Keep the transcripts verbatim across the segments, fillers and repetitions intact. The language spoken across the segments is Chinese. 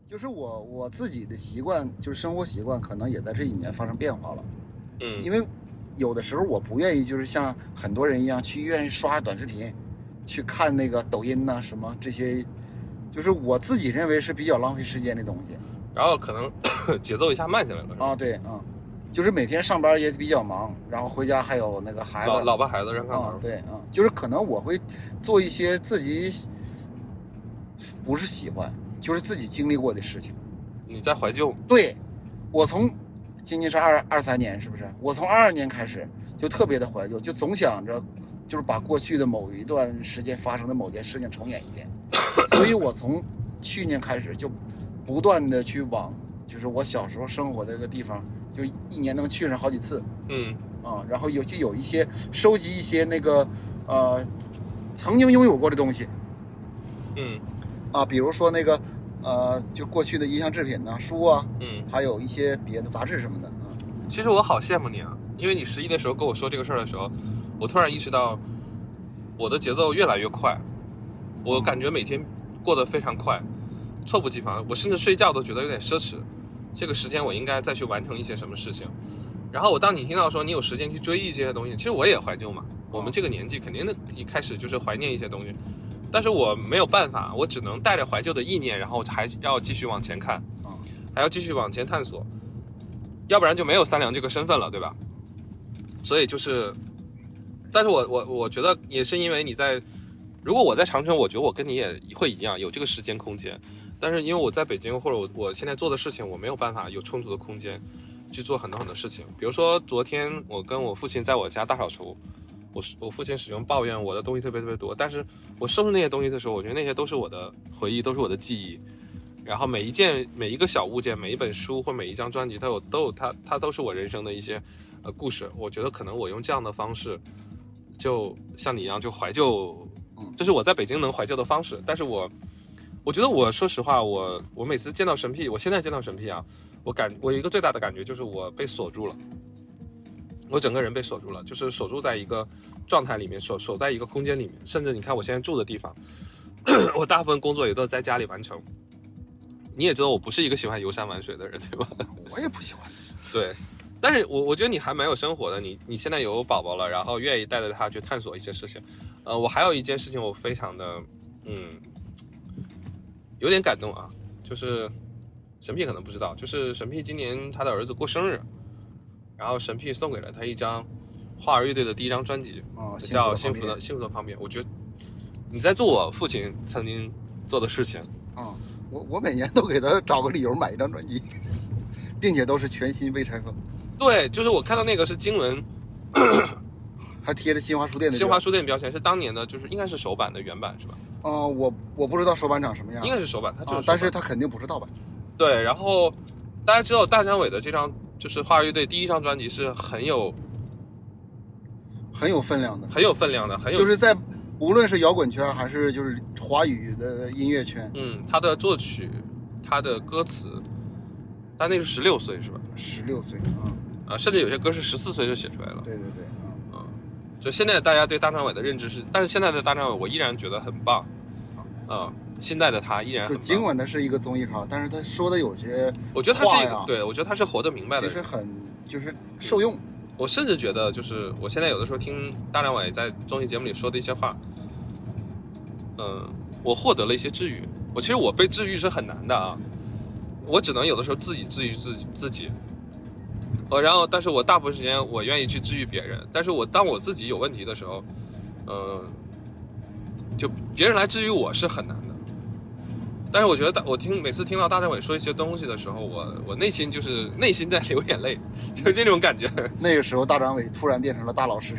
就是我我自己的习惯，就是生活习惯，可能也在这几年发生变化了。 嗯， 因为有的时候我不愿意，就是像很多人一样去愿意刷短视频，去看那个抖音呐、啊、什么这些，就是我自己认为是比较浪费时间的东西。 然后可能节奏一下慢下来了。 啊，对啊、嗯，就是每天上班也比较忙，然后回家还有那个孩子， 老老婆孩子让干嘛？ 对啊、嗯，就是可能我会做一些自己不是喜欢。就是自己经历过的事情， 你在怀旧？ 对，我从今年是二二三年，是不是？我从二二年开始就特别的怀旧，就总想着，就是把过去的某一段时间发生的某件事情重演一遍。所以我从去年开始就不断的去往，就是我小时候生活的这个地方，就一年能去上好几次。 嗯啊，然后有就有一些收集一些那个呃曾经拥有过的东西。 嗯。 啊，比如说那个，呃，就过去的音像制品呐、书啊， 嗯， 还有一些别的杂志什么的啊。 其实我好羡慕你啊，因为你十一的时候跟我说这个事儿的时候，我突然意识到，我的节奏越来越快，我感觉每天过得非常快，猝不及防，我甚至睡觉都觉得有点奢侈。这个时间我应该再去完成一些什么事情。然后我当你听到说你有时间去追忆这些东西，其实我也怀旧嘛。我们这个年纪肯定的一开始就是怀念一些东西。但是我没有办法，我只能带着怀旧的意念，然后还要继续往前看，还要继续往前探索，要不然就没有三良这个身份了，对吧？所以就是，但是我我我觉得也是因为你在，如果我在长春，我觉得我跟你也会一样有这个时间空间，但是因为我在北京或者我我现在做的事情，我没有办法有充足的空间去做很多很多事情。比如说昨天我跟我父亲在我家大扫除。我我父亲始终抱怨我的东西特别特别多，但是我收拾那些东西的时候，我觉得那些都是我的回忆，都是我的记忆。然后每一件、每一个小物件、每一本书或每一张专辑，它有都有它，它都是我人生的一些呃故事。我觉得可能我用这样的方式，就像你一样，就怀旧，这是我在北京能怀旧的方式。但是我我觉得我说实话，我我每次见到神屁，我现在见到神屁啊，我感我有一个最大的感觉就是我被锁住了。我整个人被锁住了，就是锁住在一个状态里面，锁锁在一个空间里面。甚至你看我现在住的地方，我大部分工作也都在家里完成。你也知道我不是一个喜欢游山玩水的人，对吧？ 我也不喜欢。 对，但是我我觉得你还蛮有生活的。你你现在有宝宝了，然后愿意带着他去探索一些事情。呃，我还有一件事情，我非常的嗯有点感动啊，就是神屁可能不知道，就是神屁今年他的儿子过生日。然后神屁送给了他一张花儿乐队的第一张专辑， 哦、 叫《幸福的幸福的旁边》。我觉得你在做我父亲曾经做的事情啊、哦！我我每年都给他找个理由买一张专辑，并且都是全新未拆封。 对，就是我看到那个是经文， 还贴着新华书店的新华书店标签，是当年的，就是应该是首版的原版是吧？ 啊、呃，我我不知道首版长什么样， 应该是首版，它就是首版、 啊，但是它肯定不是盗版。 对，然后大家知道大张伟的这张。就是花儿乐队第一张专辑是很有很有分量的， 很有分量的，很有就是在无论是摇滚圈还是就是华语的音乐圈， 嗯，他的作曲，他的歌词，他那是十六岁是吧？ 十六岁啊， 啊，甚至有些歌是十四岁就写出来了。 对对对，啊、 嗯，嗯，就现在大家对大张伟的认知是，但是现在的大张伟我依然觉得很棒，啊、嗯。现在的他依然很棒， 就尽管他是一个综艺咖，但是他说的有些， 我觉得他是一个，对我觉得他是活得明白的人， 其实很就是受用。 我甚至觉得，就是我现在有的时候听大张伟在综艺节目里说的一些话，嗯、呃，我获得了一些治愈。我其实我被治愈是很难的啊，我只能有的时候自己治愈自己自己。呃，然后，但是我大部分时间我愿意去治愈别人，但是我当我自己有问题的时候，呃，就别人来治愈我是很难的。但是我觉得我听每次听到大张伟说一些东西的时候，我我内心就是内心在流眼泪，就是那种感觉。 那个时候大张伟突然变成了大老师。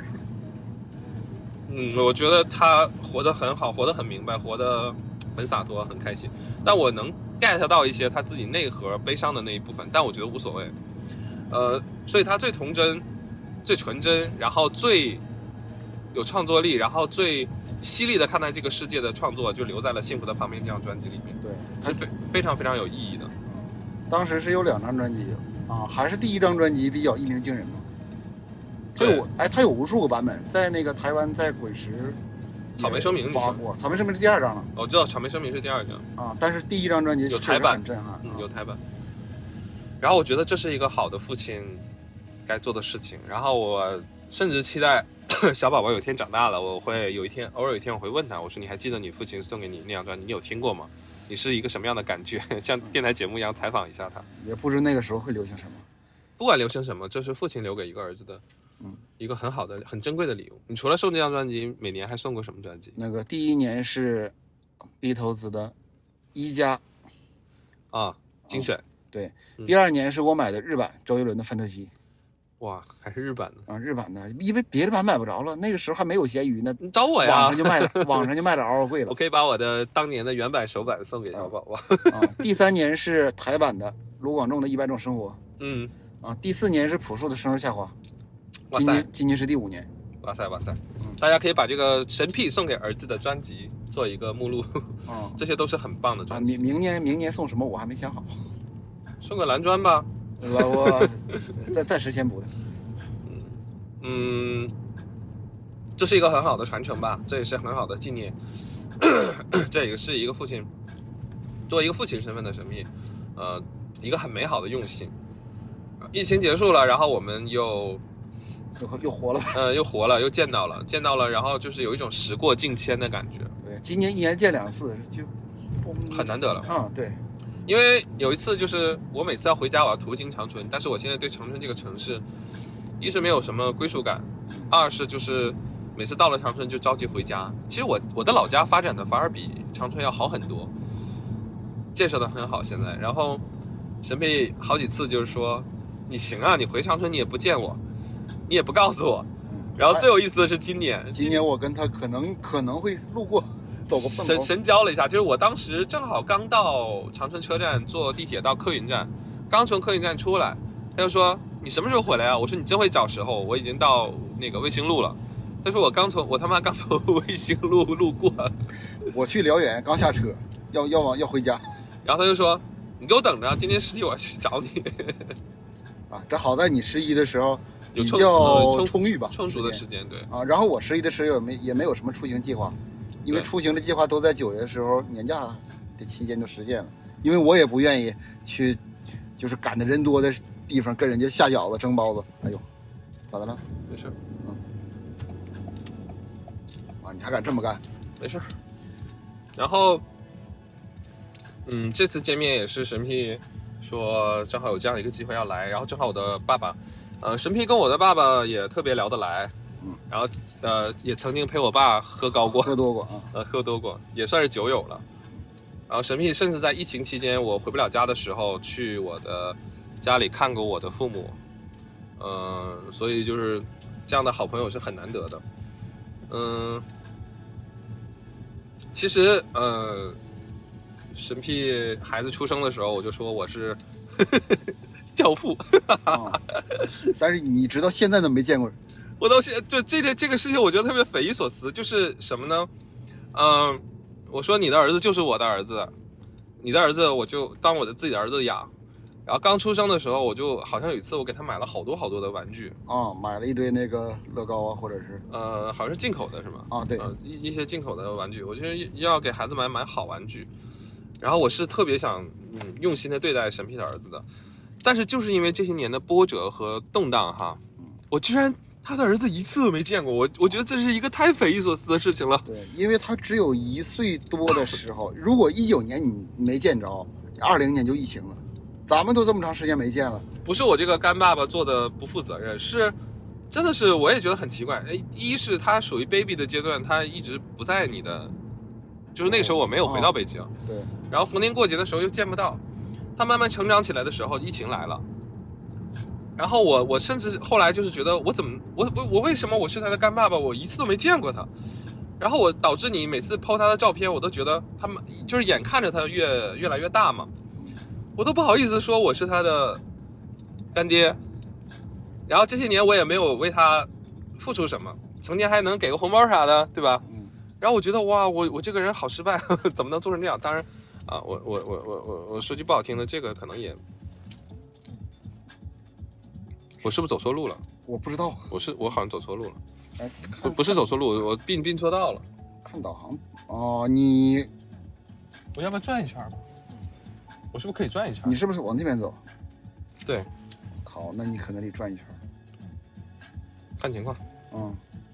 嗯，我觉得他活得很好，活得很明白，活得很洒脱，很开心。但我能 get 到一些他自己内核悲伤的那一部分，但我觉得无所谓。呃，所以他最童真、最纯真，然后最有创作力，然后最犀利的看待这个世界的创作，就留在了《幸福的旁边》这张专辑里面。 对， 是非非常非常有意义的。 当时是有两张专辑啊，还是第一张专辑比较一鸣惊人嘛。它有哎，它有无数个版本，在那个台湾，在滚石草莓声明你说发过，草莓声明是第二张了。 我知道草莓声明是第二张啊，但是第一张专辑有台版， 很震撼， 嗯，有台版。然后我觉得这是一个好的父亲该做的事情。然后我甚至期待小宝宝有一天长大了，我会有一天偶尔有一天我会问他，我说你还记得你父亲送给你那张专辑，你有听过吗？你是一个什么样的感觉？像电台节目一样采访一下他。 也不知那个时候会流行什么。 不管流行什么，这是父亲留给一个儿子的，嗯，一个很好的、很珍贵的礼物。你除了送这张专辑，每年还送过什么专辑？ 那个第一年是 Beatles 的《一加》 啊，精选。 哦、对、嗯，第二年是我买的日版周杰伦的《范特西》。 哇，还是日版的啊，日版的，因为别的版买不着了，那个时候还没有闲鱼呢。 你找我呀， 网上就卖了，网上就卖的嗷嗷贵了。 我可以把我的当年的原版手版送给小宝宝。 啊，第三年是台版的卢广仲的《一百种生活》。 嗯。 啊，第四年是朴树的《生日夏花》。 哇塞， 今年今年是第五年。 哇塞哇塞，嗯，大家可以把这个神屁送给儿子的专辑做一个目录。 嗯， 这些都是很棒的专辑。 啊、明明年明年送什么我还没想好。 送个蓝砖吧。 我我暂暂时先补的。 嗯，这是一个很好的传承吧，这也是很好的纪念。这也是一个父亲，作为一个父亲身份的神秘，呃，一个很美好的用心。疫情结束了，然后我们又又又活了， 呃，又活了，又见到了，见到了，然后就是有一种时过境迁的感觉。 对，今年一年见两次，就很难得了。 嗯，对。 因为有一次就是我每次要回家，我要途经长春，但是我现在对长春这个城市，一是没有什么归属感，二是就是每次到了长春就着急回家。其实我我的老家发展的反而比长春要好很多，建设的很好现在。然后神佩好几次就是说你行啊，你回长春你也不见我，你也不告诉我。然后最有意思的是今年， 今年我跟他可能可能会路过。走过神神交了一下，就是我当时正好刚到长春车站，坐地铁到客运站，刚从客运站出来，他就说你什么时候回来啊？我说你真会找时候，我已经到那个卫星路了。他说我刚从我他妈刚从卫星路路过， 我去辽源刚下车，要要往要回家， 然后他就说你给我等着，今天十一我要去找你。 啊，这好在你十一的时候比较充裕吧， 充足的时间，对啊。然后我十一的时候也没也没有什么出行计划。因为出行的计划都在九月的时候年假的期间就实现了，因为我也不愿意去，就是赶着人多的地方跟人家下饺子蒸包子。哎呦，咋的了？ 没事。 嗯。啊，你还敢这么干？ 没事。然后，嗯，这次见面也是神屁说正好有这样一个机会要来，然后正好我的爸爸，呃，神屁跟我的爸爸也特别聊得来。嗯，然后呃，也曾经陪我爸喝高过， 喝多过啊， 呃，喝多过，也算是酒友了。然后神屁甚至在疫情期间，我回不了家的时候，去我的家里看过我的父母，嗯、呃，所以就是这样的好朋友是很难得的。嗯、呃，其实呃，神屁孩子出生的时候，我就说我是教父、 哦，但是你直到现在都没见过。 我到现在对这件这个事情，我觉得特别匪夷所思，就是什么呢？嗯、呃，我说你的儿子就是我的儿子，你的儿子我就当我的自己的儿子养。然后刚出生的时候，我就好像有一次我给他买了好多好多的玩具啊、哦，买了一堆那个乐高啊，或者是呃，好像是进口的是吗？ 啊，对， 呃、一一些进口的玩具，我觉得要给孩子买买好玩具。然后我是特别想嗯用心的对待神屁的儿子的，但是就是因为这些年的波折和动荡哈，我居然。他的儿子一次都没见过我，我觉得这是一个太匪夷所思的事情了。 对，因为他只有一岁多的时候，如果一九年你没见着，二零年就疫情了，咱们都这么长时间没见了。 不是我这个干爸爸做的不负责任，是真的是我也觉得很奇怪。哎，一是他属于 baby 的阶段，他一直不在你的，就是那个时候我没有回到北京， 哦、对。 然后逢年过节的时候又见不到，他慢慢成长起来的时候，疫情来了。然后我我甚至后来就是觉得我怎么我我我为什么我是他的干爸爸，我一次都没见过他，然后我导致你每次po他的照片，我都觉得他们就是眼看着他越越来越大嘛，我都不好意思说我是他的干爹。然后这些年我也没有为他付出什么，成年还能给个红包啥的，对吧？然后我觉得哇，我我这个人好失败，呵呵怎么能做成这样？当然啊，我我我我我我说句不好听的，这个可能也。我是不是走错路了？ 我不知道， 我是我好像走错路了， 哎， 不不是走错路，我并并错道了。 看导航哦，你我要不要转一圈吧？我是不是可以转一圈？ 你是不是往那边走？ 对。 好，那你可能得转一圈。 看情况。 嗯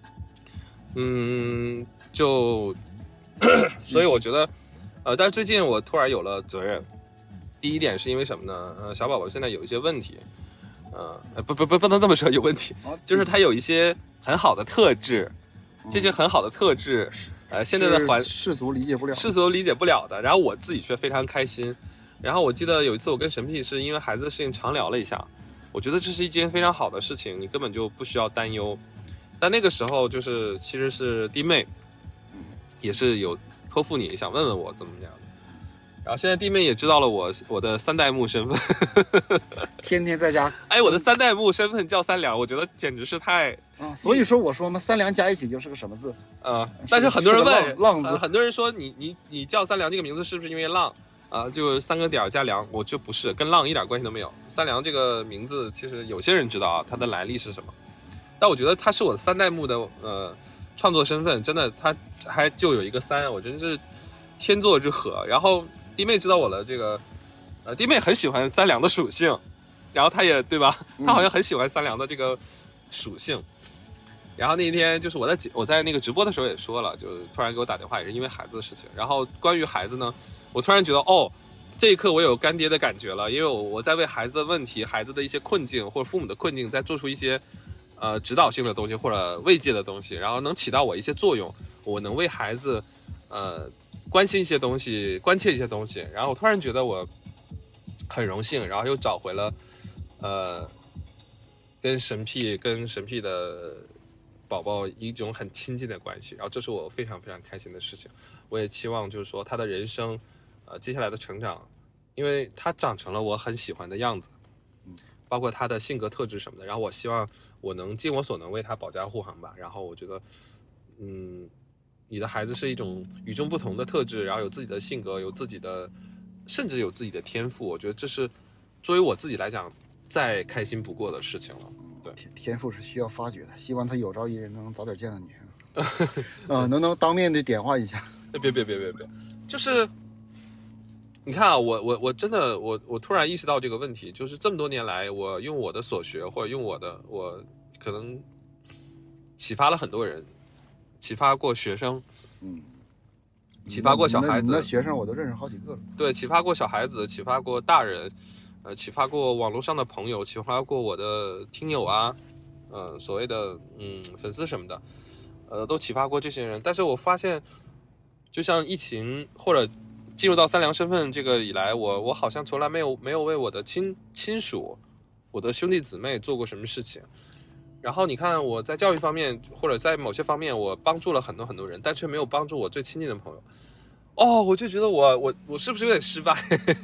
嗯，就所以我觉得，呃，但是最近我突然有了责任。第一点是因为什么呢？呃，小宝宝现在有一些问题，呃，不不不，不能这么说，有问题，就是他有一些很好的特质，这些很好的特质，呃，现在的环世俗理解不了， 世俗理解不了的。然后我自己却非常开心。然后我记得有一次我跟神屁是因为孩子的事情长聊了一下，我觉得这是一件非常好的事情，你根本就不需要担忧。但那个时候就是其实是弟妹，也是有托付你想问问我怎么样的。然后现在弟妹也知道了我我的三代目身份， 天天在家。 哎，我的三代目身份叫三良，我觉得简直是太啊！所以说我说嘛，三良加一起就是个什么字？ 呃，但是很多人问浪字、 呃，很多人说你你你叫三良这个名字是不是因为浪啊、呃？就三个点加良，我就不是，跟浪一点关系都没有。三良这个名字其实有些人知道啊，它的来历是什么，但我觉得它是我的三代目的呃创作身份，真的，它还就有一个三，我真是天作之合。然后弟妹知道我的这个，呃，弟妹很喜欢三良的属性，然后她也对吧？她好像很喜欢三良的这个属性。然后那一天就是我在我在那个直播的时候也说了，就突然给我打电话，也是因为孩子的事情。然后关于孩子呢，我突然觉得哦，这一刻我有干爹的感觉了，因为我我在为孩子的问题、孩子的一些困境或者父母的困境，在做出一些呃指导性的东西或者慰藉的东西，然后能起到我一些作用，我能为孩子呃。关心一些东西，关切一些东西，然后我突然觉得我很荣幸，然后又找回了呃跟神屁跟神屁的宝宝一种很亲近的关系，然后这是我非常非常开心的事情。我也期望就是说他的人生呃接下来的成长，因为他长成了我很喜欢的样子，包括他的性格特质什么的，然后我希望我能尽我所能为他保驾护航吧。然后我觉得嗯你的孩子是一种与众不同的特质，然后有自己的性格，有自己的，甚至有自己的天赋。我觉得这是作为我自己来讲再开心不过的事情了。对， 天赋是需要发掘的，希望他有朝一日能早点见到你，啊、呃，能能当面的点化一下。 别别别别别，就是你看啊，我我我真的我我突然意识到这个问题，就是这么多年来，我用我的所学或者用我的我可能启发了很多人。启发过学生， 嗯， 启发过小孩子。 那学生我都认识好几个了。 对，启发过小孩子，启发过大人，呃，启发过网络上的朋友，启发过我的听友啊，呃，所谓的嗯粉丝什么的，呃，都启发过这些人。但是我发现，就像疫情或者进入到三良身份这个以来，我我好像从来没有没有为我的亲亲属、我的兄弟姊妹做过什么事情。然后你看我在教育方面或者在某些方面我帮助了很多很多人，但却没有帮助我最亲近的朋友。哦，我就觉得我我我是不是有点失败？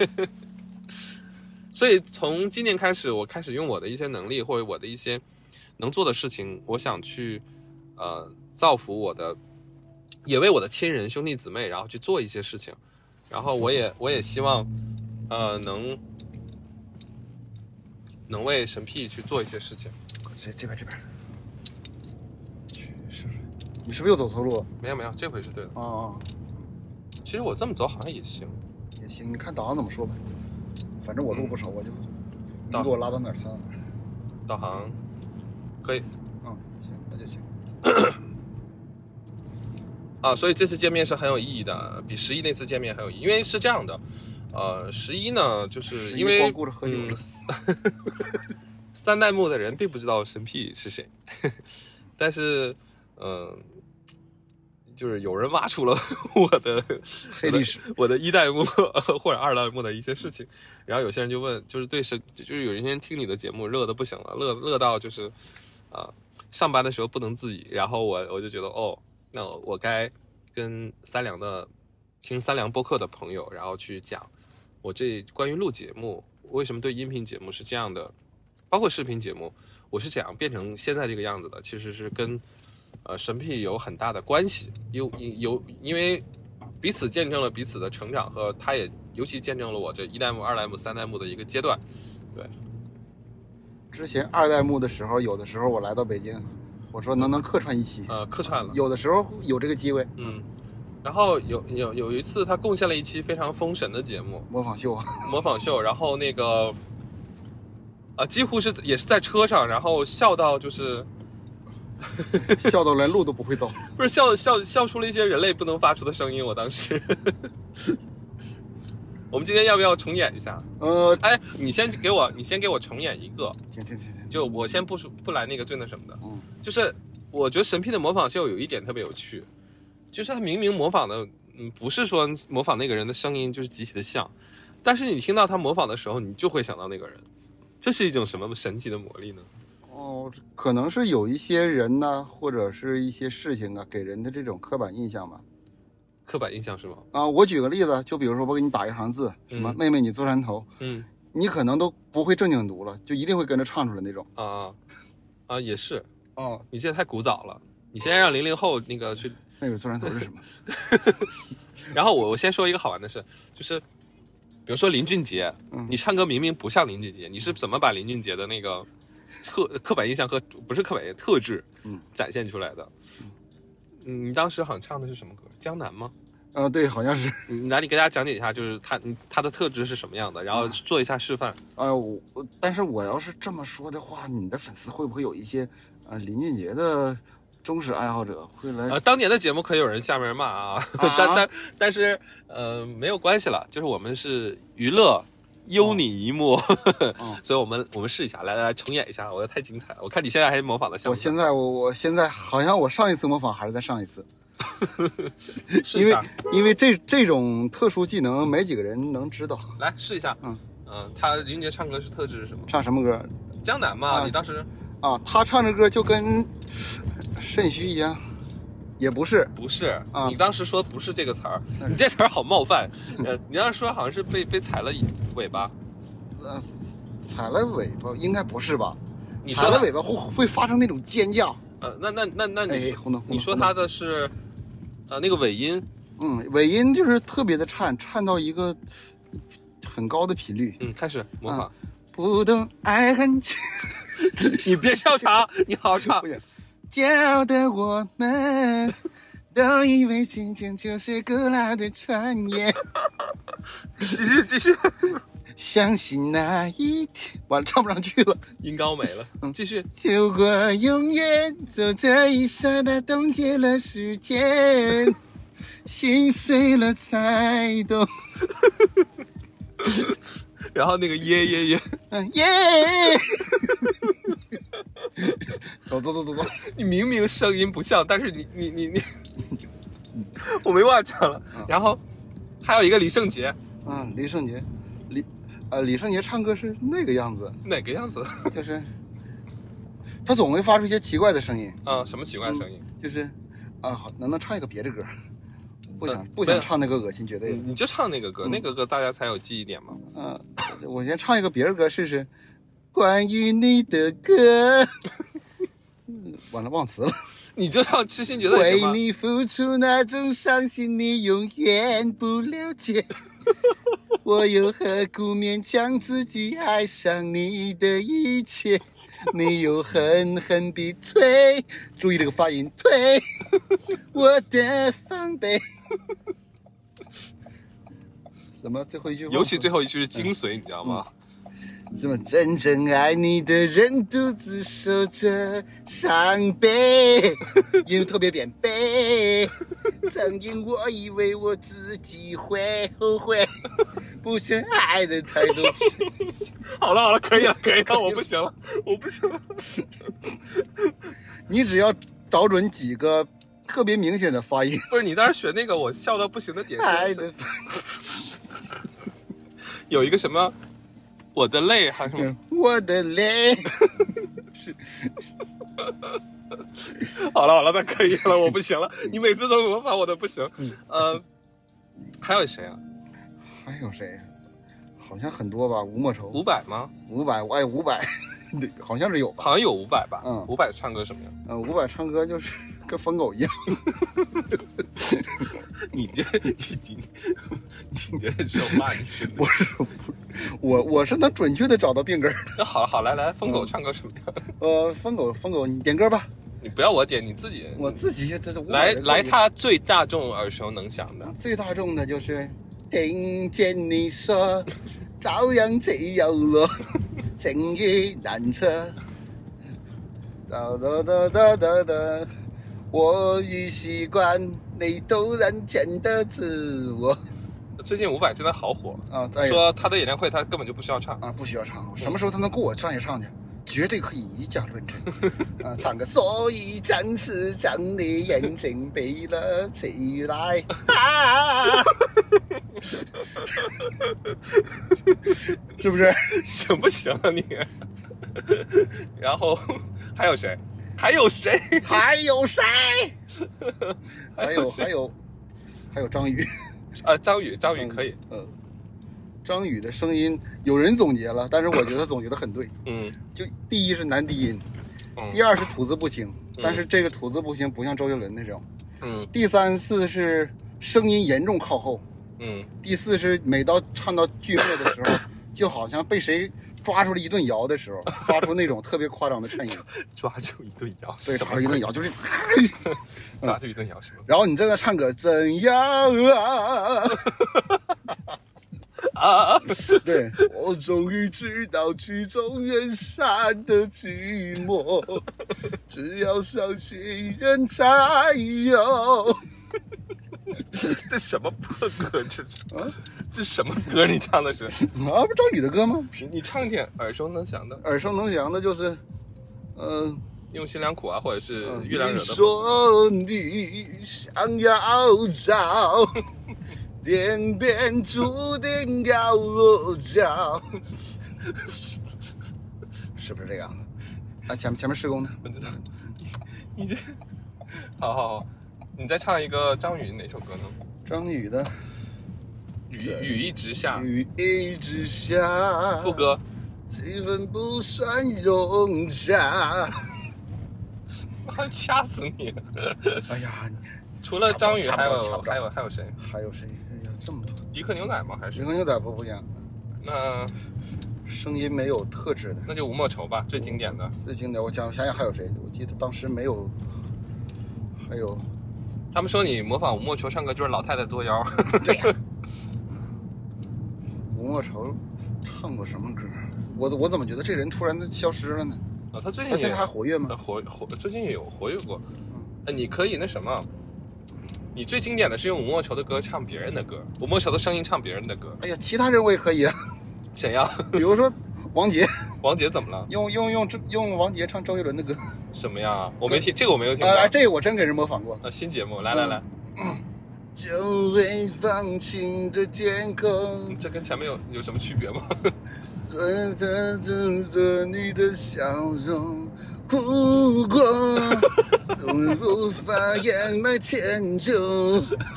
所以从今年开始，我开始用我的一些能力或者我的一些能做的事情，我想去呃造福我的，也为我的亲人兄弟姊妹，然后去做一些事情。然后我也我也希望呃能能为神屁去做一些事情。 这这边这边，去是不是？你是不是又走错路？ 没有没有，这回是对的。 啊啊， 其实我这么走好像也行， 也行。你看导航怎么说吧，反正我路不熟，嗯、我就你给我拉到哪儿算哪儿。 导航可以。 嗯，行，那就行。 啊，所以这次见面是很有意义的，比十一那次见面很有意义，因为是这样的，呃，十一呢，就是因为光顾着喝酒了。 嗯三代目的人并不知道神屁是谁，但是，嗯、呃，就是有人挖出了我的黑历史， 我的一代目或者二代目的一些事情，然后有些人就问，就是对神，就是有一天听你的节目乐得不行了，乐乐到就是啊、呃，上班的时候不能自己，然后我我就觉得哦，那我我该跟三良的听三良播客的朋友，然后去讲我这关于录节目为什么对音频节目是这样的。包括视频节目，我是想变成现在这个样子的，其实是跟呃神屁有很大的关系，有有因为彼此见证了彼此的成长，和他也尤其见证了我这一代目、二代目、三代目的一个阶段。对， 之前二代目的时候，有的时候我来到北京，我说能不能客串一期， 呃，客串了， 有的时候有这个机会， 嗯， 然后有有有一次他贡献了一期非常封神的节目， 模仿秀啊， 模仿秀，然后那个啊几乎是也是在车上，然后笑到就是笑到连路都不会走， 不是笑笑笑出了一些人类不能发出的声音，我当时。我们今天要不要重演一下？ 呃， 哎，你先给我，你先给我重演一个。 停停停停， 就我先不不来那个最那什么的。 嗯， 就是我觉得神 P 的模仿秀有一点特别有趣，就是他明明模仿的，嗯，不是说模仿那个人的声音就是极其的像，但是你听到他模仿的时候，你就会想到那个人，这是一种什么神奇的魔力呢？ 哦，可能是有一些人呢，或者是一些事情啊，给人的这种刻板印象吧。 刻板印象是吗？ 啊，我举个例子，就比如说我给你打一行字，什么、 嗯、 妹妹你坐山头， 嗯， 你可能都不会正经读了，就一定会跟着唱出来那种。 啊啊啊，也是。 哦， 你这也太古早了，你先让零零后那个去。 妹妹坐山头是什么？ 然后我我先说一个好玩的事，就是比如说林俊杰， 嗯、 你唱歌明明不像林俊杰，你是怎么把林俊杰的那个特刻板印象和不是刻板印象特质， 嗯， 展现出来的？嗯，你当时好像唱的是什么歌？江南吗？ 呃，对，好像是。 你来，你给大家讲解一下，就是他他的特质是什么样的，然后做一下示范。 哎、呃，我但是我要是这么说的话，你的粉丝会不会有一些呃林俊杰的忠实爱好者会来？ 呃，当年的节目可有人下面骂啊，啊但但但是呃没有关系了，就是我们是娱乐。优你一幕，哦、所以我们我们试一下，来来来重演一下，我的太精彩了！我看你现在还模仿的像。 我现在我我现在好像我上一次模仿还是在上一次， 试一下， 因为因为这这种特殊技能没几个人能知道。 来试一下，嗯嗯、呃，他林俊杰唱歌是特质是什么？ 唱什么歌？ 江南嘛，啊、你当时啊，他唱的歌就跟肾虚一样。也不是， 不是、 啊， 你当时说不是这个词儿，你这词儿好冒犯。呃，你当时说好像是被被踩了尾巴， 呃，踩了尾巴应该不是吧？ 你说踩了尾巴会会发生那种尖叫。 呃，那那那那你、 哎、糊弄糊弄你说他的是，呃，那个尾音， 嗯，尾音就是特别的颤，颤到一个很高的频率。 嗯，开始模仿。 啊、不懂爱恨， 你别笑场，你好好唱。 骄傲的我们都以为情景就是古老的传言。 继续继续， 相信那一天，完了唱不上去了， 音高没了。嗯，继续。 走过永远，走这一刹那，冻结了时间，心碎了才懂。 然后那个耶耶耶， 嗯耶。走走走走走， 你明明声音不像，但是你你你你，我没话讲了。然后还有一个李圣杰， 嗯，李圣杰，李呃李圣杰唱歌是那个样子， 哪个样子？ 就是他总会发出一些奇怪的声音。 啊，什么奇怪的声音？ 嗯、就是啊，好，能不能唱一个别的歌？不想、呃、不想唱那个恶心绝对的， 你就唱那个歌，嗯、那个歌大家才有记忆点嘛。 嗯、呃，我先唱一个别的歌试试。关于你的歌，完了忘词了。 你就唱痴心绝对行吗？ 为你付出那种伤心，你永远不了解。我又何苦勉强自己爱上你的一切？你又狠狠逼退，注意这个发音，退我的防备。什么？最后一句话？ 尤其最后一句是精髓，嗯、你知道吗？ 嗯什么真正爱你的人独自受着伤悲，因为特别扁悲。曾经我以为我自己会后悔，不想爱的太多次。 好了好了，可以了可以了，我不行了，我不行了。 你只要找准几个特别明显的发音。 不是你当时学那个我笑到不行的点爱的有一个什么？我的泪还是什么？ 我的泪是。好了好了，那可以了，我不行了。你每次都模仿我的不行。嗯、呃，还有谁啊？ 还有谁？好像很多吧。吴莫愁。 伍佰吗？ 伍佰，我爱伍佰，好像是有吧？ 好像有伍佰吧？ 嗯， 伍佰唱歌什么样？ 呃，伍佰唱歌就是跟疯狗一样。 你这你你你这是要骂你真的？ 不是，我我是能准确的找到病根。 那好好来来，疯狗唱歌什么样？ 呃，疯狗疯狗，你点歌吧。 你不要我点，你自己。 我自己这来来，他最大众耳熟能详的， 最大众的就是听见你说朝阳只有落，情意难测。哒哒哒哒哒哒，我已习惯你突然间的自我。 最近伍佰真的好火啊！ 说他的演唱会他根本就不需要唱啊，不需要唱，什么时候他能雇我上去唱去？绝对可以以假乱真啊！唱个所以暂时将你眼睛闭了起来啊！是不是？ 行不行啊你？然后还有谁？还有谁？ 还有谁？还有还有还有张宇。 啊，张宇，张宇可以。 嗯，张宇的声音有人总结了，但是我觉得他总结的很对。 嗯， 就第一是男低音， 嗯、 第二是吐字不清， 嗯、 但是这个吐字不清不像周杰伦那种。 嗯， 第三四是声音严重靠后。 嗯， 第四是每到唱到剧末的时候，就好像被谁抓住了一顿摇的时候，发出那种特别夸张的颤音。 抓住一顿摇， 对，抓住一顿摇就是。 抓住一顿摇是吗？ 然后你在那唱歌怎样啊？ 啊！ 对，我终于知道曲终人散的寂寞，只要相信人才有。 这什么破歌？这是啊？这什么歌？你唱的是啊？不是张宇的歌吗？ 你唱一点耳熟能详的。 耳熟能详的就是，嗯、呃。 用心良苦啊，或者是月亮惹的。 你说你想要找，天边注定要落脚，是不是这样的？啊，前面前面施工呢？ 不知道。你这，好好好，你再唱一个张宇哪首歌呢？ 张宇的雨雨一直下， 雨一直下， 副歌， 气氛不算融洽。 我掐死你！ 哎呀， 除了张宇，还有还有还有谁？ 还有谁？哎呀，这么多！ 迪克牛仔吗？还是迪克牛仔不不行。 那声音没有特质的， 那就吴莫愁吧，最经典的。 最经典，我想想想还有谁？我记得当时没有，还有。 他们说你模仿吴莫愁唱歌就是老太太作妖。 对呀。吴莫愁唱过什么歌？我我怎么觉得这人突然消失了呢？ 啊、哦，他最近他现在还活跃吗？ 活活，最近也有活跃过。嗯，呃，你可以那什么，你最经典的是用吴莫愁的歌唱别人的歌，吴莫愁的声音唱别人的歌。 哎呀，其他人我也可以啊。 谁呀？ 比如说王杰。 王杰怎么了？ 用用用用王杰唱周杰伦的歌。 什么呀？我没听这个，我没有听过。 哎、呃，这个我真给人模仿过。 呃，新节目，来来来。 嗯。久未放晴的天空， 这跟前面有有什么区别吗？ 最着住着你的笑容，不过总无法掩埋歉疚。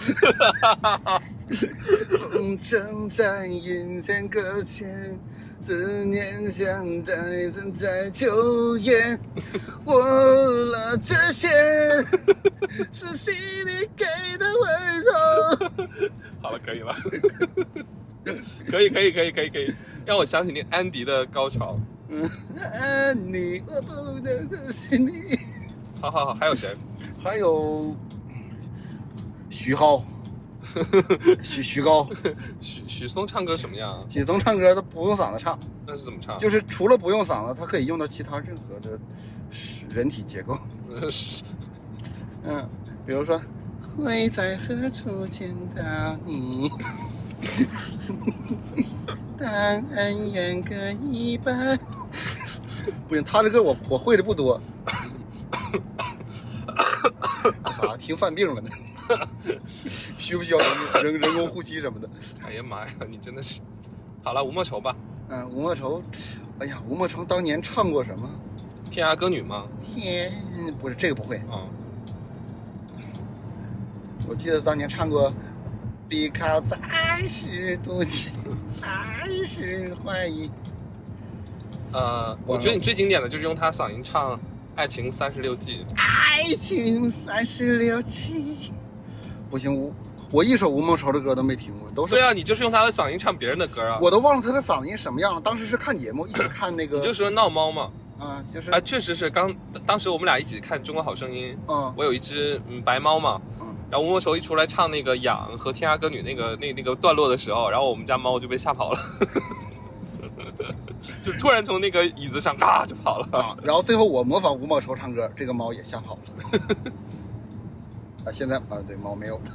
风筝在眼前搁浅，思念像带正在秋叶，忘了这些是心里给的温柔。 好了，可以了。可以可以可以可以可以，让我想起那安迪的高潮。 嗯，安妮，我不能相信你。 好好好，还有谁？ 还有徐浩，徐徐高。 许许嵩唱歌什么样啊？ 许嵩唱歌他不用嗓子唱。 那是怎么唱？ 就是除了不用嗓子，他可以用到其他任何的人体结构。嗯，比如说会在何处见到你。当然远隔一半。不行，他这个我我会的不多。咋听犯病了呢？需不需要人人人工呼吸什么的？ 哎呀妈呀，你真的是。好了，吴莫愁吧。 嗯，吴莫愁，哎呀，吴莫愁当年唱过什么？ 天涯歌女吗？ 天，不是这个不会。 嗯。 我记得当年唱过。Because 爱是妒忌，爱是怀疑。 呃，我觉得你最经典的就是用他嗓音唱《爱情三十六计》。 爱情三十六计，不行，我我一首吴莫愁的歌都没听过，都是。 对啊，你就是用他的嗓音唱别人的歌啊。 我都忘了他的嗓音什么样了。当时是看节目，一起看那个。 你就说闹猫嘛。 啊，就是啊，确实是刚当时我们俩一起看《中国好声音》， 嗯我有一只嗯白猫嘛， 嗯， 然后吴莫愁一出来唱那个《痒》和《天涯歌女》那个那那个段落的时候，然后我们家猫就被吓跑了，就突然从那个椅子上嘎就跑了， 啊，然后最后我模仿吴莫愁唱歌，这个猫也吓跑了。啊，现在啊，对，猫没有了。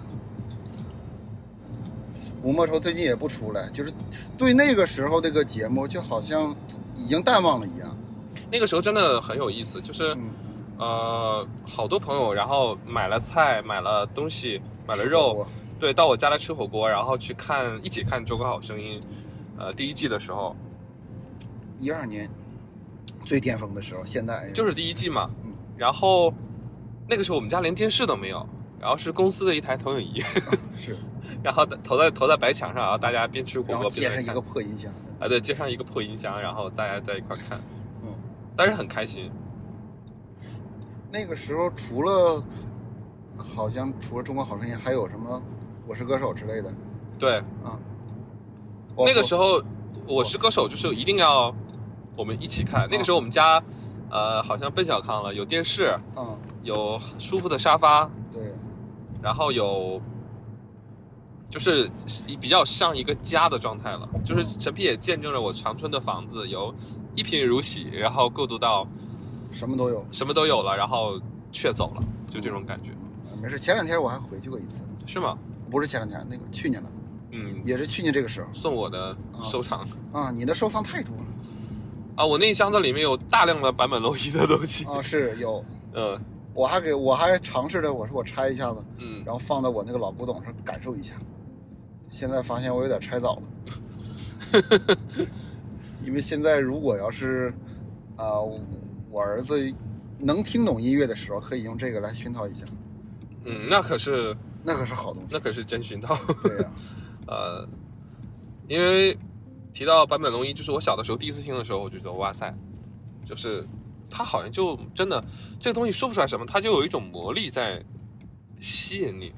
吴莫愁最近也不出来，就是对那个时候那个节目就好像已经淡忘了一样。 那个时候真的很有意思，就是、 嗯、 呃，好多朋友，然后买了菜，买了东西，买了肉，对，到我家来吃火锅，然后去看一起看《中国好声音》，呃，第一季的时候， 一二年最巅峰的时候，现在就是第一季嘛， 嗯， 然后那个时候我们家连电视都没有，然后是公司的一台投影仪， 是， 然后投在投在白墙上，然后大家边吃火锅边接上一个破音箱， 啊，对，接上一个破音箱，然后大家在一块看。 嗯， 但是很开心。 那个时候除了好像除了中国好声音，还有什么我是歌手之类的。 对， 啊， 那个时候我是歌手就是一定要我们一起看。那个时候我们家呃好像奔小康了，有电视， 嗯， 有舒服的沙发， 对， 然后有就是比较像一个家的状态了。就是陈皮也见证了我长春的房子由一贫如洗，然后过渡到什么都有， 什么都有了，然后却走了，就这种感觉。 嗯，没事，前两天我还回去过一次。 是吗？ 不是前两天，那个去年了。 嗯， 也是去年这个时候送我的收藏。 啊，啊你的收藏太多了。 啊，我那一箱子里面有大量的坂本龙一的东西。 啊，是有。 嗯， 我还给我还尝试着，我说我拆一下子， 嗯， 然后放到我那个老古董上感受一下。现在发现我有点拆早了。因为现在如果要是啊、呃，我儿子能听懂音乐的时候，可以用这个来熏陶一下。 嗯，那可是那可是好东西， 那可是真熏陶。 对呀、 啊，呃，因为提到坂本龙一，就是我小的时候第一次听的时候，我就觉得哇塞，就是他好像就真的这个东西说不出来什么，他就有一种魔力在吸引你。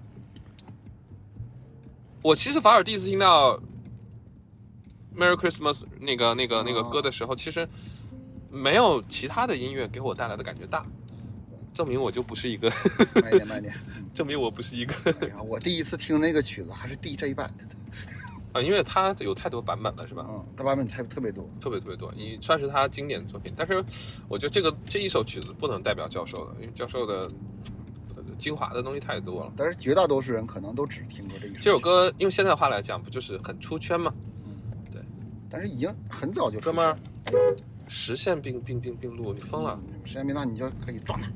我其实反而第一次听到 Merry Christmas 那个那个那个歌的时候，其实没有其他的音乐给我带来的感觉大，证明我就不是一个慢一点慢一点， 证明我不是一个哎呀，我第一次听那个曲子还是 D J 版的啊，因为它有太多版本了，是吧？ 嗯，它版本太特别多， 特别特别多，你算是他经典作品。但是我觉得这个这一首曲子不能代表教授的，因为教授的精华的东西太多了。 但是绝大多数人可能都只听过这一首。 这首歌用现在话来讲，不就是很出圈吗？ 嗯，对。但是已经很早就出哥们儿，实线并并并并录，你疯了！ 嗯、实线并那你就可以撞他。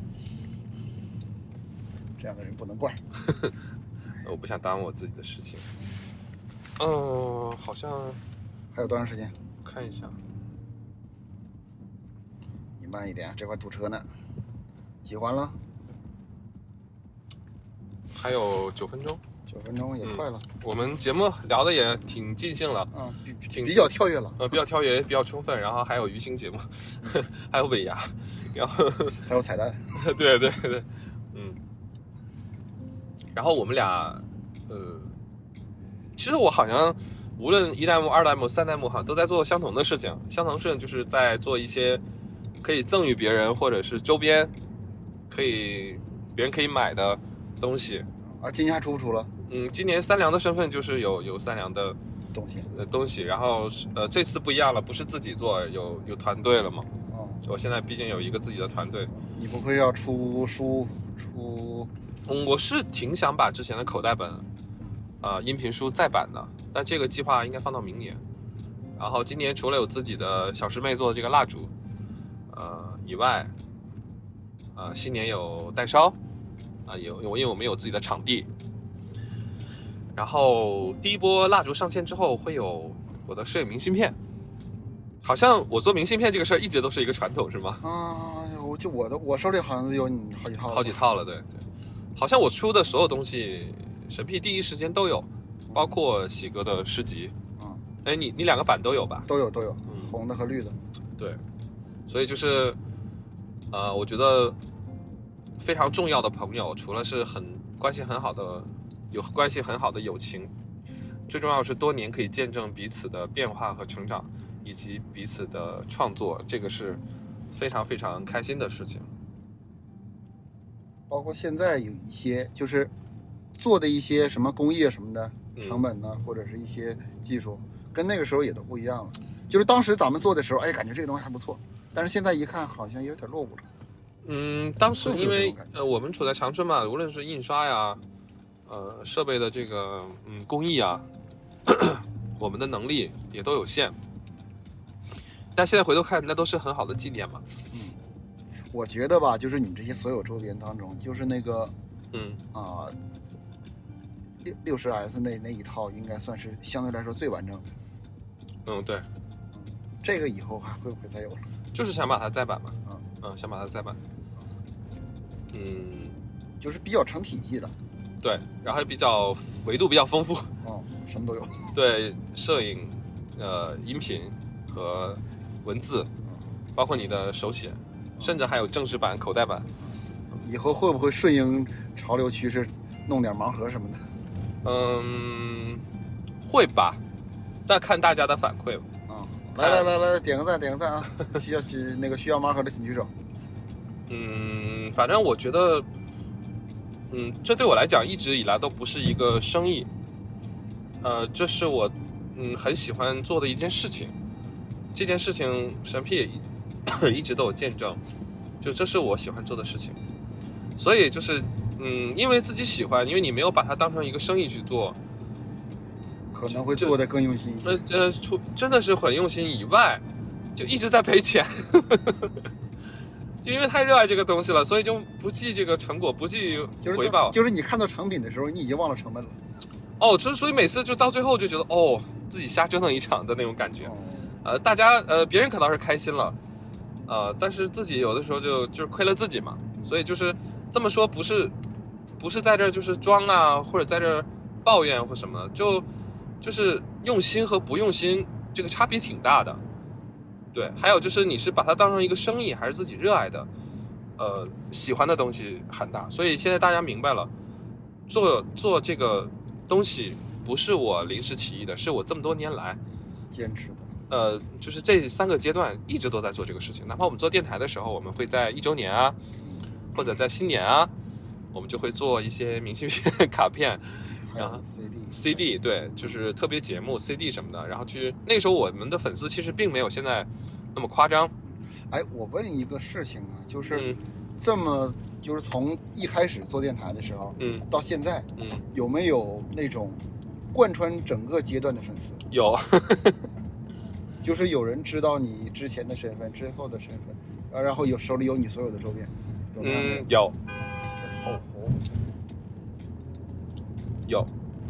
这样的人不能怪。 我不想耽误我自己的事情。嗯、呃，好像还有多长时间？ 看一下。 你慢一点，这块堵车呢。几环了？ 还有九分钟。 九分钟也快了、 嗯。我们节目聊的也挺尽兴了， 嗯，比挺比较跳跃了， 呃，比较跳跃，比较充分。然后还有娱星节目，还有尾牙，然后还有彩蛋。 对对对，嗯。然后我们俩，呃，其实我好像无论一代目、二代目、三代目，好像都在做相同的事情。相同的事情就是在做一些可以赠予别人或者是周边，可以别人可以买的东西。 啊，今年还出不出了？ 嗯，今年三良的身份就是有有三良的东西， 呃东西。然后呃这次不一样了，不是自己做，有有团队了嘛。 哦， 我现在毕竟有一个自己的团队。 你不会要出书出？ 嗯，我是挺想把之前的口袋本，呃，音频书再版的，但这个计划应该放到明年。然后今年除了有自己的小师妹做的这个蜡烛，呃以外，呃，新年有代烧，啊、呃，有因为我们有自己的场地。然后第一波蜡烛上线之后，会有我的摄影明信片。好像我做明信片这个事儿一直都是一个传统，是吗？ 啊，我就我的我手里好像有你好几套， 好几套了，对对。好像我出的所有东西，审批第一时间都有，包括喜哥的诗集。 嗯， 哎，你你两个版都有吧？ 都有都有， 嗯、 红的和绿的。 对，所以就是，呃，我觉得非常重要的朋友，除了是很关系很好的。有关系很好的友情，最重要是多年可以见证彼此的变化和成长，以及彼此的创作，这个是非常非常开心的事情。 包括现在有一些就是做的一些什么工艺什么的成本呢， 嗯、 或者是一些技术，跟那个时候也都不一样了。就是当时咱们做的时候，哎，感觉这个东西还不错，但是现在一看好像有点落伍了。 嗯，当时因为呃我们处在长春嘛，无论是印刷呀，呃设备的这个嗯工艺啊，我们的能力也都有限。但现在回头看，那都是很好的纪念嘛。 嗯，我觉得吧，就是你这些所有周边当中，就是那个嗯啊六六十 S 那那一套应该算是相对来说最完整的。 嗯，对。 这个以后还会不会再有了？ 就是想把它再版嘛。 嗯嗯，想把它再版。嗯， 就是比较成体系的。 对，然后比较维度比较丰富。 哦，什么都有。 对，摄影、呃，音频和文字，包括你的手写，甚至还有正式版、口袋版。 以后会不会顺应潮流趋势，弄点盲盒什么的？ 嗯，会吧，再看大家的反馈吧。 啊，来来来来，点个赞，点个赞啊！需要去那个需要盲盒的请举手。 嗯，反正我觉得，嗯，这对我来讲一直以来都不是一个生意，呃，这是我嗯很喜欢做的一件事情。这件事情神屁也一直都有见证，就这是我喜欢做的事情。所以就是嗯，因为自己喜欢，因为你没有把它当成一个生意去做， 可能会做得更用心一些。 呃呃，出真的是很用心以外，就一直在赔钱。就因为太热爱这个东西了，所以就不计这个成果，不计回报。 就是、就是你看到成品的时候，你已经忘了成本了。 哦，所以所以每次就到最后就觉得，哦，自己瞎折腾一场的那种感觉。哦、呃，大家呃，别人可倒是开心了，呃，但是自己有的时候就就是亏了自己嘛。所以就是这么说，不是不是在这就是装啊，或者在这抱怨或什么，就就是用心和不用心这个差别挺大的。对，还有就是你是把它当成一个生意，还是自己热爱的，呃，喜欢的东西很大。所以现在大家明白了，做做这个东西不是我临时起意的，是我这么多年来坚持的。 呃，就是这三个阶段一直都在做这个事情。哪怕我们做电台的时候，我们会在一周年啊，或者在新年啊，我们就会做一些明信片、卡片。然后 C D C D 对，就是特别节目 C D 什么的，然后去那个时候我们的粉丝其实并没有现在那么夸张。 哎，我问一个事情啊，就是这么、嗯、就是从一开始做电台的时候， 嗯， 到现在， 嗯， 有没有那种贯穿整个阶段的粉丝？ 有， 就是有人知道你之前的身份、之后的身份，然后有手里有你所有的周边。有嗯，有。 哦哦。 有，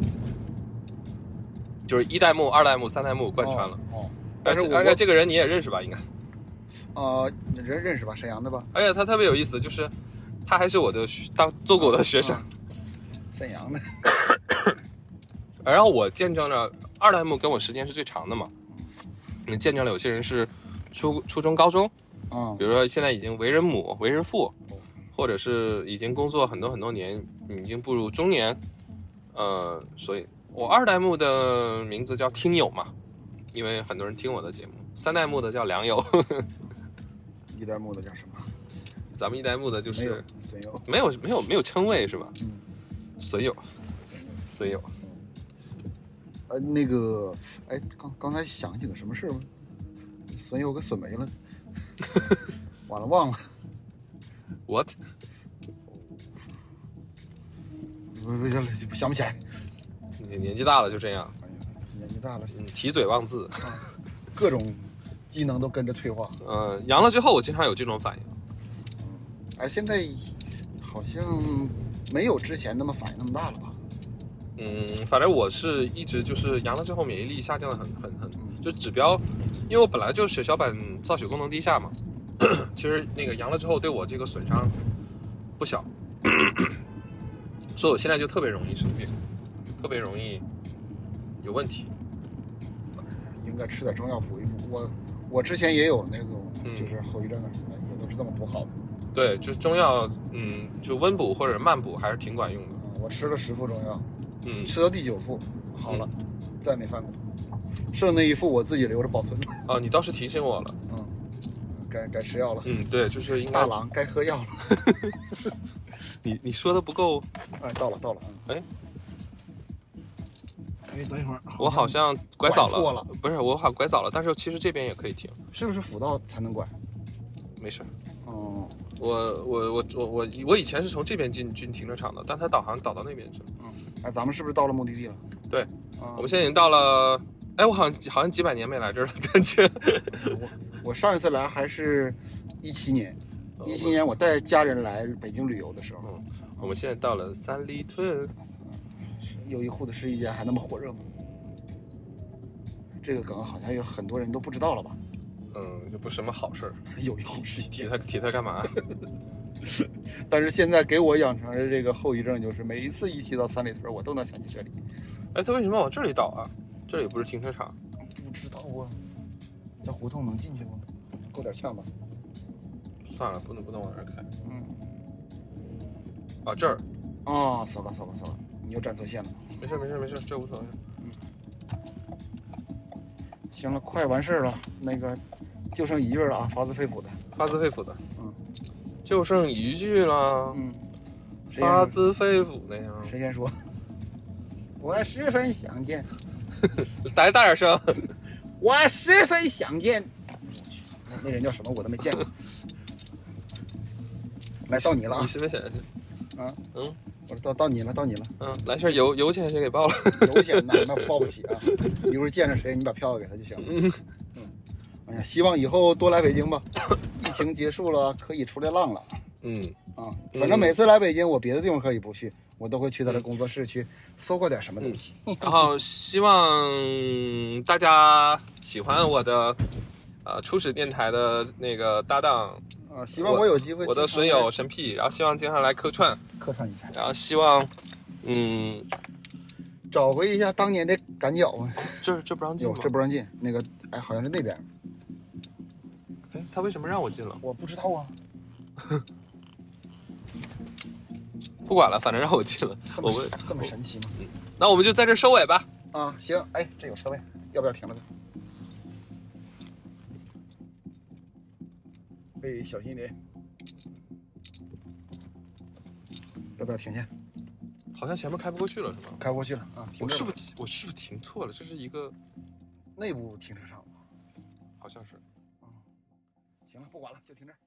就是一代目、二代目、三代目贯穿了。 哦，哦但是而且这个人你也认识吧？应该。 呃，人认识吧？沈阳的吧？ 而且他特别有意思，就是他还是我的他做过我的学生。 啊、沈阳的。 然后我见证了二代目跟我时间是最长的嘛。你见证了有些人是初初中、高中， 啊、嗯， 比如说现在已经为人母、为人父，或者是已经工作很多很多年，已经步入中年。呃，所以我二代目的名字叫听友嘛，因为很多人听我的节目。三代目的叫良友。 一代目的叫什么？ 咱们一代目的就是损友， 没有没有没有称谓是吧？ 嗯， 损友，损友。 嗯，呃，那个，哎，刚刚才想起个什么事吗？损友给损没了，完了忘了。 What？ 不想不起来， 你年纪大了就这样。 哎呀，年纪大了， 嗯，提嘴忘字， 啊、各种机能都跟着退化。 嗯、呃，阳了之后我经常有这种反应。 哎，现在好像没有之前那么反应那么大了吧？ 嗯，反正我是一直就是阳了之后免疫力下降的很很很，就指标，因为我本来就血小板造血功能低下嘛，其实那个阳了之后对我这个损伤不小。所以我现在就特别容易生病，特别容易有问题。 应该吃点中药补一补。我我之前也有那种就是后遗症啊什么的，也都是这么补好的。 对，就是中药，嗯，就温补或者慢补还是挺管用的。 嗯、我吃了十副中药， 嗯， 吃到第九副好了，嗯、再没犯过。剩那一副我自己留着保存。 哦，你倒是提醒我了。 嗯， 该该吃药了。 嗯，对，就是应该大郎该喝药了。 你你说的不够。 哎，到了到了。 哎哎，等一会儿， 我好像拐早了。 错了， 不是，我好像拐早了，但是其实这边也可以停。 是不是辅道才能拐？ 没事。 哦， 我我我我我我以前是从这边进进停车场的，但他导航导到那边去了。 嗯，哎，咱们是不是到了目的地了？ 对， 嗯、 我们现在已经到了。哎，我好像好像几百年没来这儿了，感觉。 我我上一次来还是一七年，一七年我带家人来北京旅游的时候。 嗯，我们现在到了三里屯。 优衣库的试衣间还那么火热吗？这个梗好像有很多人都不知道了吧？ 嗯，这不是什么好事儿。 优衣库试衣间提它提它干嘛？ 但是现在给我养成的这个后遗症就是，每一次一提到三里屯，我都能想起这里。 哎，他为什么往这里倒啊？这里不是停车场？ 不知道啊，这胡同能进去吗？够点呛吧。 算了，不能不能往这儿开。 嗯。 啊，这儿。 啊，扫了扫了扫了，你又站错线了。 没事没事没事，这无所谓。 嗯。行了，快完事儿了，那个就剩一句了啊，发自肺腑的。 发自肺腑的。 嗯。 就剩一句了。 嗯。 发自肺腑的呀。 谁先说？我十分想见。 大大点声。 我十分想见。那人叫什么我都没见过。来，到你了啊！ 你十分想见。 啊， 嗯， 我说到到你了，到你了。 嗯，来事油油钱谁给报了？ 油钱呢？那报不起啊！一会儿见着谁，你把票给他就行了。嗯嗯。哎呀，希望以后多来北京吧。疫情结束了，可以出来浪了。 嗯啊，反正每次来北京，我别的地方可以不去，我都会去他的工作室去搜过点什么东西。 嗯、然后希望大家喜欢我的呃初始电台的那个搭档。 啊，希望我有机会。 我的损友神屁，然后希望经常来客串， 客串一下。 然后希望，嗯， 找回一下当年的赶脚啊。 这这不让进吗？ 这不让进。那个，哎，好像是那边。 哎，他为什么让我进了？ 我不知道啊。 不管了，反正让我进了。我们这么神奇吗？ 嗯，那我们就在这收尾吧。 啊，行。哎，这有车位，要不要停了它？哎，小心一点，要不要停下？ 好像前面开不过去了，是吗？ 开不过去了啊！ 我是不是我是不是停错了？这是一个内部停车场吧？ 好像是。 嗯，行了，不管了，就停这儿。